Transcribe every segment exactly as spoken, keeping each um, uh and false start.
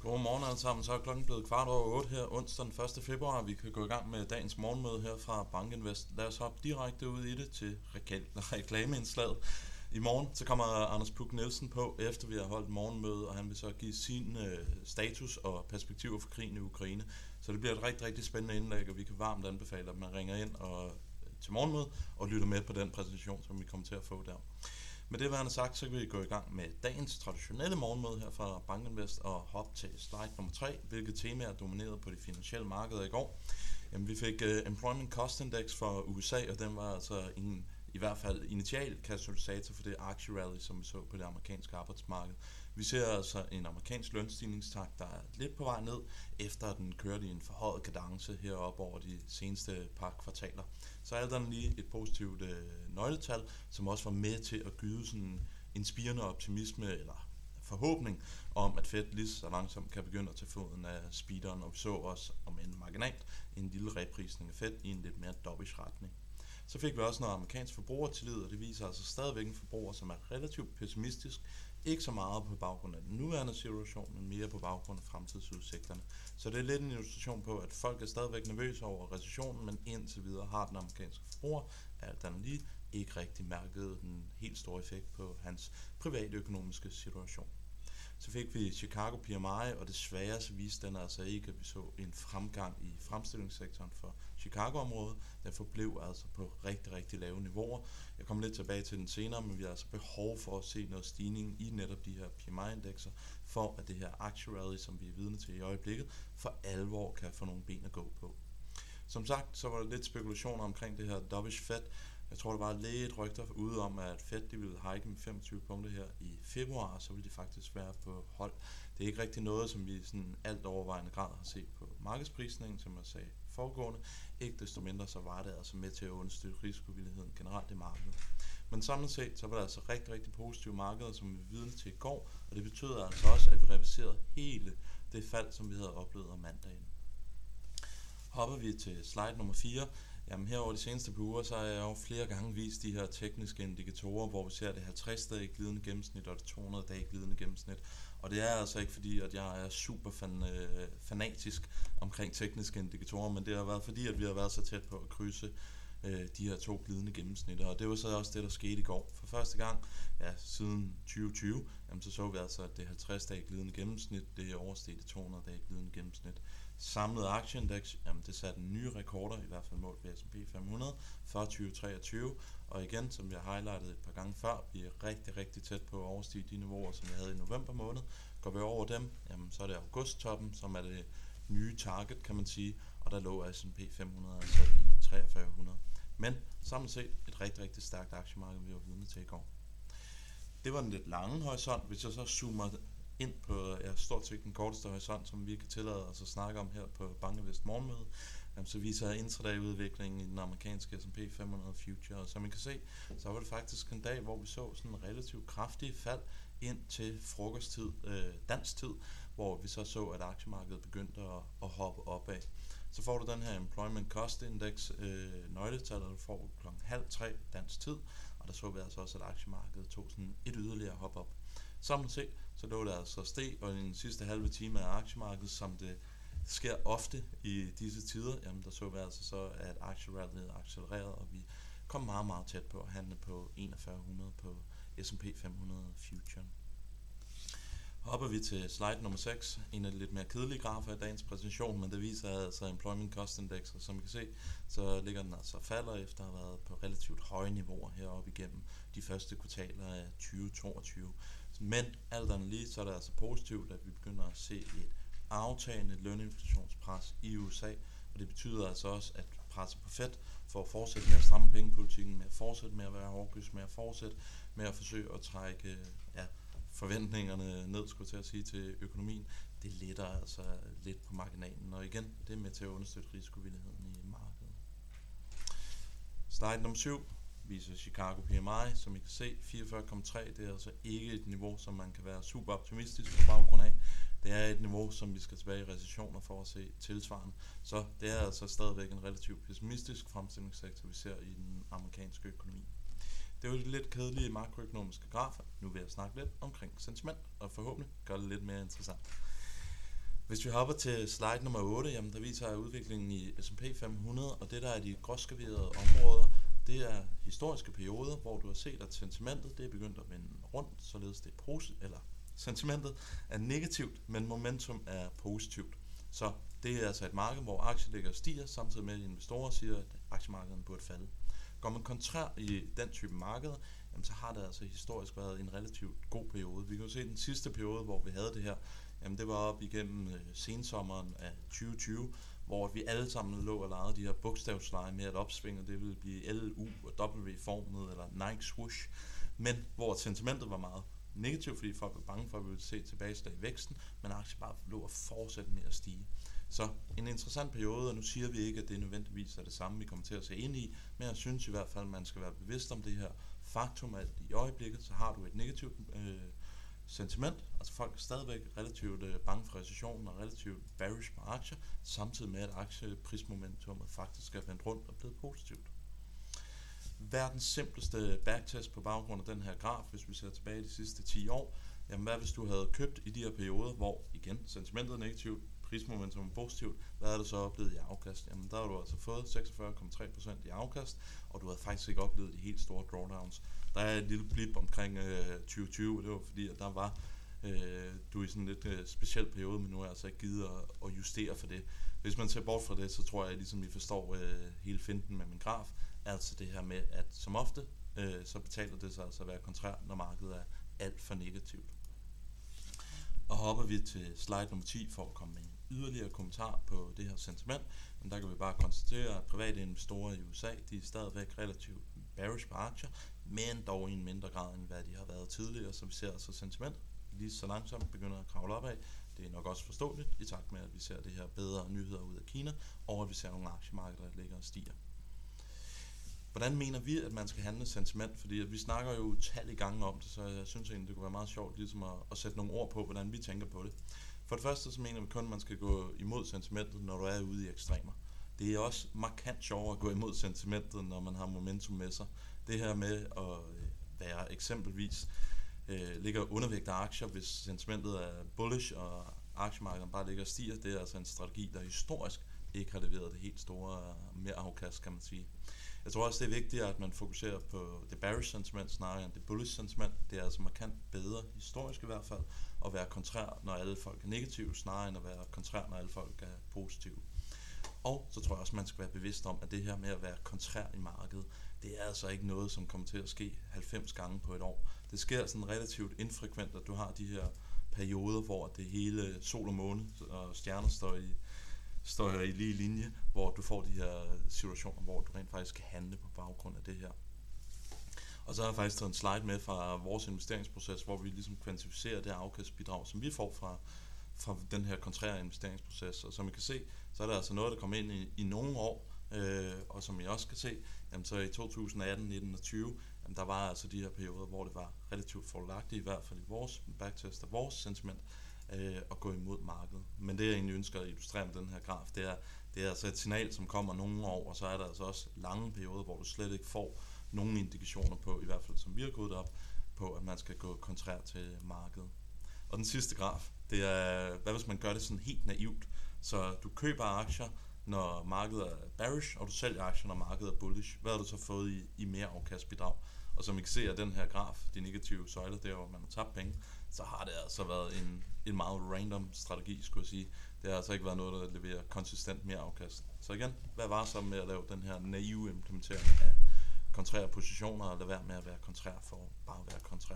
Godmorgen alle sammen, så er klokken blevet kvart over otte her onsdag den første februar. Vi kan gå i gang med dagens morgenmøde her fra Bankinvest. Lad os hoppe direkte ud i det til reklameindslaget. I morgen så kommer Anders Puk Nielsen på, efter vi har holdt morgenmøde, og han vil så give sin øh, status og perspektiver for krigen i Ukraine. Så det bliver et rigtig, rigtig spændende indlæg, og vi kan varmt anbefale, at man ringer ind og, til morgenmøde og lytter med på den præsentation, som vi kommer til at få der. Med det værende sagt, så kan vi gå i gang med dagens traditionelle morgenmøde her fra Bankinvest og hoppe til slide nummer tre, hvilket tema er domineret på de finansielle markeder i går. Jamen, vi fik uh, Employment Cost Index for U S A, og den var altså en, i hvert fald initial katalysator for det aktierally, som vi så på det amerikanske arbejdsmarked. Vi ser altså en amerikansk lønstigningstakt, der er lidt på vej ned, efter at den kørte i en forhøjet kadence heroppe over de seneste par kvartaler. Så er der lige et positivt øh, nøgletal, som også var med til at gyde sådan en spirende optimisme eller forhåbning om, at Fed lige så langsomt kan begynde at tage foden af speederen, og vi så også om en marginalt en lille reprisning af Fed i en lidt mere dovish retning. Så fik vi også noget amerikansk forbrugertillid, og det viser altså stadigvæk en forbruger, som er relativt pessimistisk. Ikke så meget på baggrund af den nuværende situation, men mere på baggrund af fremtidsudsigterne. Så det er lidt en illustration på, at folk er stadigvæk nervøse over recessionen, men indtil videre har den amerikanske forbruger, alt andet lige, ikke rigtig mærket den helt store effekt på hans private økonomiske situation. Så fik vi Chicago P M I, og desværre så viste den altså ikke, at vi så en fremgang i fremstillingssektoren for Chicago-området. Den forblev altså på rigtig, rigtig lave niveauer. Jeg kommer lidt tilbage til den senere, men vi har altså behov for at se noget stigning i netop de her P M I-indekser, for at det her aktierally, som vi er vidne til i øjeblikket, for alvor kan få nogle ben at gå på. Som sagt, så var der lidt spekulationer omkring det her dovish Fed. Jeg tror, der var lidt rygter ude om, at Fed de ville hike med femogtyve punkter her i februar, og så ville de faktisk være på hold. Det er ikke rigtig noget, som vi sådan alt overvejende grad har set på markedsprisningen, som jeg sagde foregående. Ikke desto mindre, så var det altså med til at understøtte risikovilligheden generelt i markedet. Men samlet set, så var det altså rigtig, rigtig positive markeder, som vi var vidne til i går, og det betød altså også, at vi reviserede hele det fald, som vi havde oplevet om mandagen. Hopper vi til slide nummer fire. Jamen her over de seneste par uger, så har jeg jo flere gange vist de her tekniske indikatorer, hvor vi ser det halvtreds-dage glidende gennemsnit og det to hundrede-dage glidende gennemsnit. Og det er altså ikke fordi, at jeg er super fan, øh, fanatisk omkring tekniske indikatorer, men det har været fordi, at vi har været så tæt på at krydse øh, de her to glidende gennemsnitter. Og det var så også det, der skete i går. For første gang, ja, siden tyve tyve, jamen, så så vi altså, at det halvtreds-dage glidende gennemsnit, det oversteg det to hundrede-dage glidende gennemsnit. Samlet aktieindeks, jamen det satte nye rekorder, i hvert fald målt ved S and P fem hundrede, for tyve treogtyve, og igen, som jeg har highlightet et par gange før, vi er rigtig, rigtig tæt på at overstige de niveauer, som jeg havde i november måned. Går vi over dem, jamen så er det augusttoppen, som er det nye target, kan man sige, og der lå S and P fem hundrede altså i treogfyrre hundrede. Men samlet set et rigtig, rigtig stærkt aktiemarked, vi var vidne til i går. Det var en lidt lange horisont. Hvis jeg så zoomer ind på ja, stort set den korteste horisont, som vi kan tillade os at snakke om her på Bankinvest morgenmøde, jamen, så viser intraday-udviklingen i den amerikanske S and P fem hundrede Future. Og som I kan se, så var det faktisk en dag, hvor vi så sådan en relativt kraftig fald ind til frokosttid, øh, dansk tid, hvor vi så så, at aktiemarkedet begyndte at, at hoppe opad. Så får du den her Employment Cost Index øh, nøgletallet, du får klokken halv tre dansk tid, og der så vi altså også, at aktiemarkedet tog sådan et yderligere hop op. Samlet set, så lå det altså steg, og i den sidste halve time af aktiemarkedet, som det sker ofte i disse tider, jamen der så vi altså så, at aktierallyet accelererede, og vi kom meget, meget tæt på at handle på enogfyrre hundrede på S and P fem hundrede Future. Hopper vi til slide nummer seks, en af de lidt mere kedelige grafer i dagens præsentation, men det viser altså Employment Cost Index, og som I kan se, så ligger den altså falder efter at have været på relativt høje niveauer heroppe igennem de første kvartaler af tyve toogtyve. Men alt andet lige, så er det altså positivt, at vi begynder at se et aftagende løninflationspres i U S A, og det betyder altså også, at presset på Fed for at fortsætte med at stramme pengepolitikken, med at fortsætte med at være hårdkys, med at fortsætte med at forsøge at trække ja, forventningerne ned, skulle jeg til at sige, til økonomien, det letter altså lidt på marginalen, og igen, det er med til at understøtte risikovilligheden i markedet. Slide nummer syv viser Chicago P M I, som I kan se, fireogfyrre komma tre, det er altså ikke et niveau, som man kan være super optimistisk på baggrund af. Det er et niveau, som vi skal tilbage i recessioner for at se tilsvarende. Så det er altså stadigvæk en relativt pessimistisk fremstillingssektor, vi ser i den amerikanske økonomi. Det er jo lidt kedelige makroøkonomiske grafer. Nu vil jeg snakke lidt omkring sentiment, og forhåbentlig gør det lidt mere interessant. Hvis vi hopper til slide nummer otte, jamen der viser jeg udviklingen i S and P fem hundrede, og det der er de gråskaverede områder, det er historiske perioder, hvor du har set, at sentimentet det er begyndt at vende rundt, således det er positivt, eller sentimentet er negativt, men momentum er positivt. Så det er altså et marked, hvor aktier ligger og stiger, samtidig med at investorer siger, at aktiemarkedet burde falde. Går man kontrær i den type marked, jamen så har det altså historisk været en relativt god periode. Vi kan jo se den sidste periode, hvor vi havde det her, jamen det var op igennem øh, sensommeren af tyve tyve, hvor vi alle sammen lå og legede de her bogstavsleje med at opsvinge, det ville blive L, U og W-formet, eller Nike swoosh, men hvor sentimentet var meget negativt, fordi folk var bange for, at vi ville se tilbageslag i væksten, men aktier bare lå og fortsætte med at stige. Så en interessant periode, og nu siger vi ikke, at det nødvendigvis er det samme, vi kommer til at se ind i, men jeg synes i hvert fald, at man skal være bevidst om det her faktum, at i øjeblikket, så har du et negativt øh, sentiment, altså folk er stadigvæk relativt øh, bange for recessionen og relativt bearish på aktier, samtidig med at aktieprismomentummet faktisk er vendt rundt og blevet positivt. Verdens simpleste backtest på baggrund af den her graf, hvis vi ser tilbage de sidste ti år, jamen hvad hvis du havde købt i de her perioder, hvor igen sentimentet er negativt, prismomentum er positivt, hvad er det så oplevet i afkast? Jamen der har du altså fået seksogfyrre komma tre procent i afkast, og du har faktisk ikke oplevet de helt store drawdowns. Der er et lille blip omkring øh, tyve tyve, og det var fordi, at der var øh, du i sådan en lidt øh, speciel periode, men nu har jeg altså ikke givet at, at justere for det. Hvis man ser bort fra det, så tror jeg, ligesom I forstår øh, hele finten med min graf, altså det her med, at som ofte, øh, så betaler det sig altså at være kontrær, når markedet er alt for negativt. Og hopper vi til slide nummer ti for at komme med en yderligere kommentar på det her sentiment, men der kan vi bare konstatere, at private investorer i U S A, de er stadigvæk relativt bearish på aktier, men dog i en mindre grad end hvad de har været tidligere, så vi ser altså sentiment lige så langsomt begynder at kravle opad. Det er nok også forståeligt i takt med, at vi ser det her bedre nyheder ud af Kina, og at vi ser nogle aktiemarkeder, der ligger og stiger. Hvordan mener vi, at man skal handle sentiment? Fordi at vi snakker jo tallige gange om det, så jeg synes egentlig, det kunne være meget sjovt ligesom at, at sætte nogle ord på, hvordan vi tænker på det. For det første så mener vi kun, at man skal gå imod sentimentet, når du er ude i ekstremer. Det er også markant sjovere at gå imod sentimentet, når man har momentum med sig. Det her med at være eksempelvis øh, ligger undervægt af aktier, hvis sentimentet er bullish, og aktiemarkedet bare ligger og stiger, det er altså en strategi, der historisk ikke har leveret det helt store mere afkast, kan man sige. Jeg tror også, det er vigtigt, at man fokuserer på det bearish sentiment snarere end det bullish sentiment. Det er altså markant bedre, historisk i hvert fald, at være kontrær, når alle folk er negative, snarere end at være kontrær, når alle folk er positive. Og så tror jeg også, man skal være bevidst om, at det her med at være kontrær i markedet, det er altså ikke noget, som kommer til at ske halvfems gange på et år. Det sker sådan relativt infrekvent, at du har de her perioder, hvor det hele sol og måne og stjerner står i står i lige linje, hvor du får de her situationer, hvor du rent faktisk kan handle på baggrund af det her. Og så har jeg faktisk taget en slide med fra vores investeringsproces, hvor vi ligesom kvantificerer det afkastbidrag, som vi får fra, fra den her kontrære investeringsproces. Og som I kan se, så er der altså noget, der kommer ind i, i nogle år, øh, og som I også kan se, jamen så i to tusind atten, nitten og tyve, jamen der var altså de her perioder, hvor det var relativt fordelagtigt, i hvert fald i vores backtest og vores sentiment, øh, at gå imod markedet. Men det jeg egentlig ønsker at illustrere med den her graf, det er, det er altså et signal, som kommer nogle år, og så er der altså også lange perioder, hvor du slet ikke får nogen indikationer på, i hvert fald som vi har gået op, på at man skal gå kontrær til markedet. Og den sidste graf, det er, hvad hvis man gør det sådan helt naivt, så du køber aktier, når markedet er bearish, og du sælger aktier, når markedet er bullish. Hvad har du så fået i, i mere afkastbidrag? Og som I kan se af den her graf, de negative søjler, der hvor man har tabt penge, så har det altså været en, en meget random strategi, skulle jeg sige. Det har altså ikke været noget, der leverer konsistent mere afkast. Så igen, vær varsom med at lave den her naive implementering af kontrære positioner, og lade være med at være kontrær for bare at være kontrær.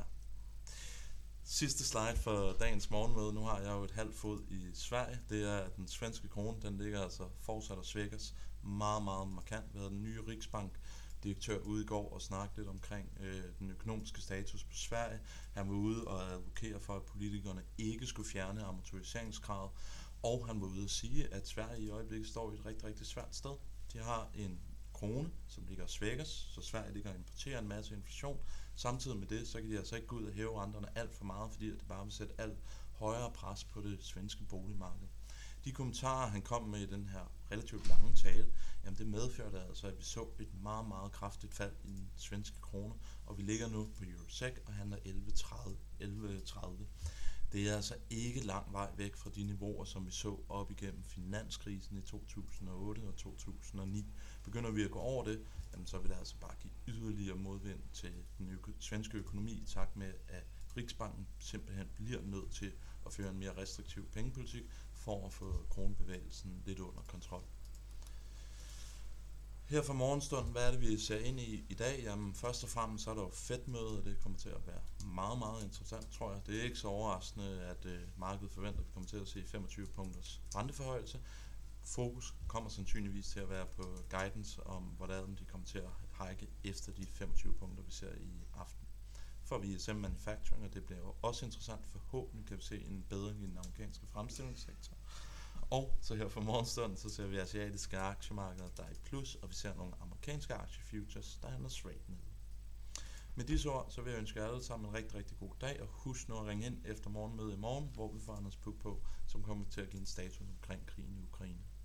Sidste slide for dagens morgenmøde. Nu har jeg jo et halvt fod i Sverige. Det er, at den svenske krone, den ligger altså fortsat og svækkes meget, meget markant. Vi havde den nye Riksbank direktør ude i går og snakke lidt omkring øh, den økonomiske status på Sverige. Han var ude og advokere for, at politikerne ikke skulle fjerne amortiseringskravet, og han var ude at sige, at Sverige i øjeblikket står i et rigtig, rigtig svært sted. De har en krone, som ligger og svækkes, så Sverige ligger og importerer en masse inflation. Samtidig med det, så kan de altså ikke gå ud og hæve renterne alt for meget, fordi det bare vil sætte alt højere pres på det svenske boligmarked. De kommentarer, han kom med i den her relativt lange tale, jamen det medførte altså, at vi så et meget, meget kraftigt fald i den svenske krone, og vi ligger nu på Eurosec og handler elleve tredive. det er altså ikke lang vej væk fra de niveauer, som vi så op igennem finanskrisen i to tusind og otte og to tusind og ni. Begynder vi at gå over det, jamen så vil det altså bare give yderligere modvind til den øko- svenske økonomi, i takt med, at Riksbanken simpelthen bliver nødt til at føre en mere restriktiv pengepolitik for at få kronebevægelsen lidt under kontrol. Her fra morgenstunden, hvad er det, vi ser ind i i dag? Jamen, først og fremmest så er der jo Fed-møde, og det kommer til at være meget, meget interessant, tror jeg. Det er ikke så overraskende, at øh, markedet forventer, at vi kommer til at se femogtyve punkters renteforhøjelse. Fokus kommer sandsynligvis til at være på guidance om, hvordan de kommer til at hike efter de femogtyve punkter, vi ser i aften. For vi er S M Manufacturing, og det bliver jo også interessant. Forhåbentlig kan vi se en bedring i den amerikanske fremstillingssektor. Og så her for morgenstunden, så ser vi asiatiske aktiemarkeder, der er i plus, og vi ser nogle amerikanske aktiefutures, der handler straight ned. Med disse ord, så vil jeg ønske jer alle sammen en rigtig, rigtig god dag, og husk nu at ringe ind efter morgenmødet i morgen, hvor vi får Anders Puk på, som kommer til at give en status omkring krigen i Ukraine.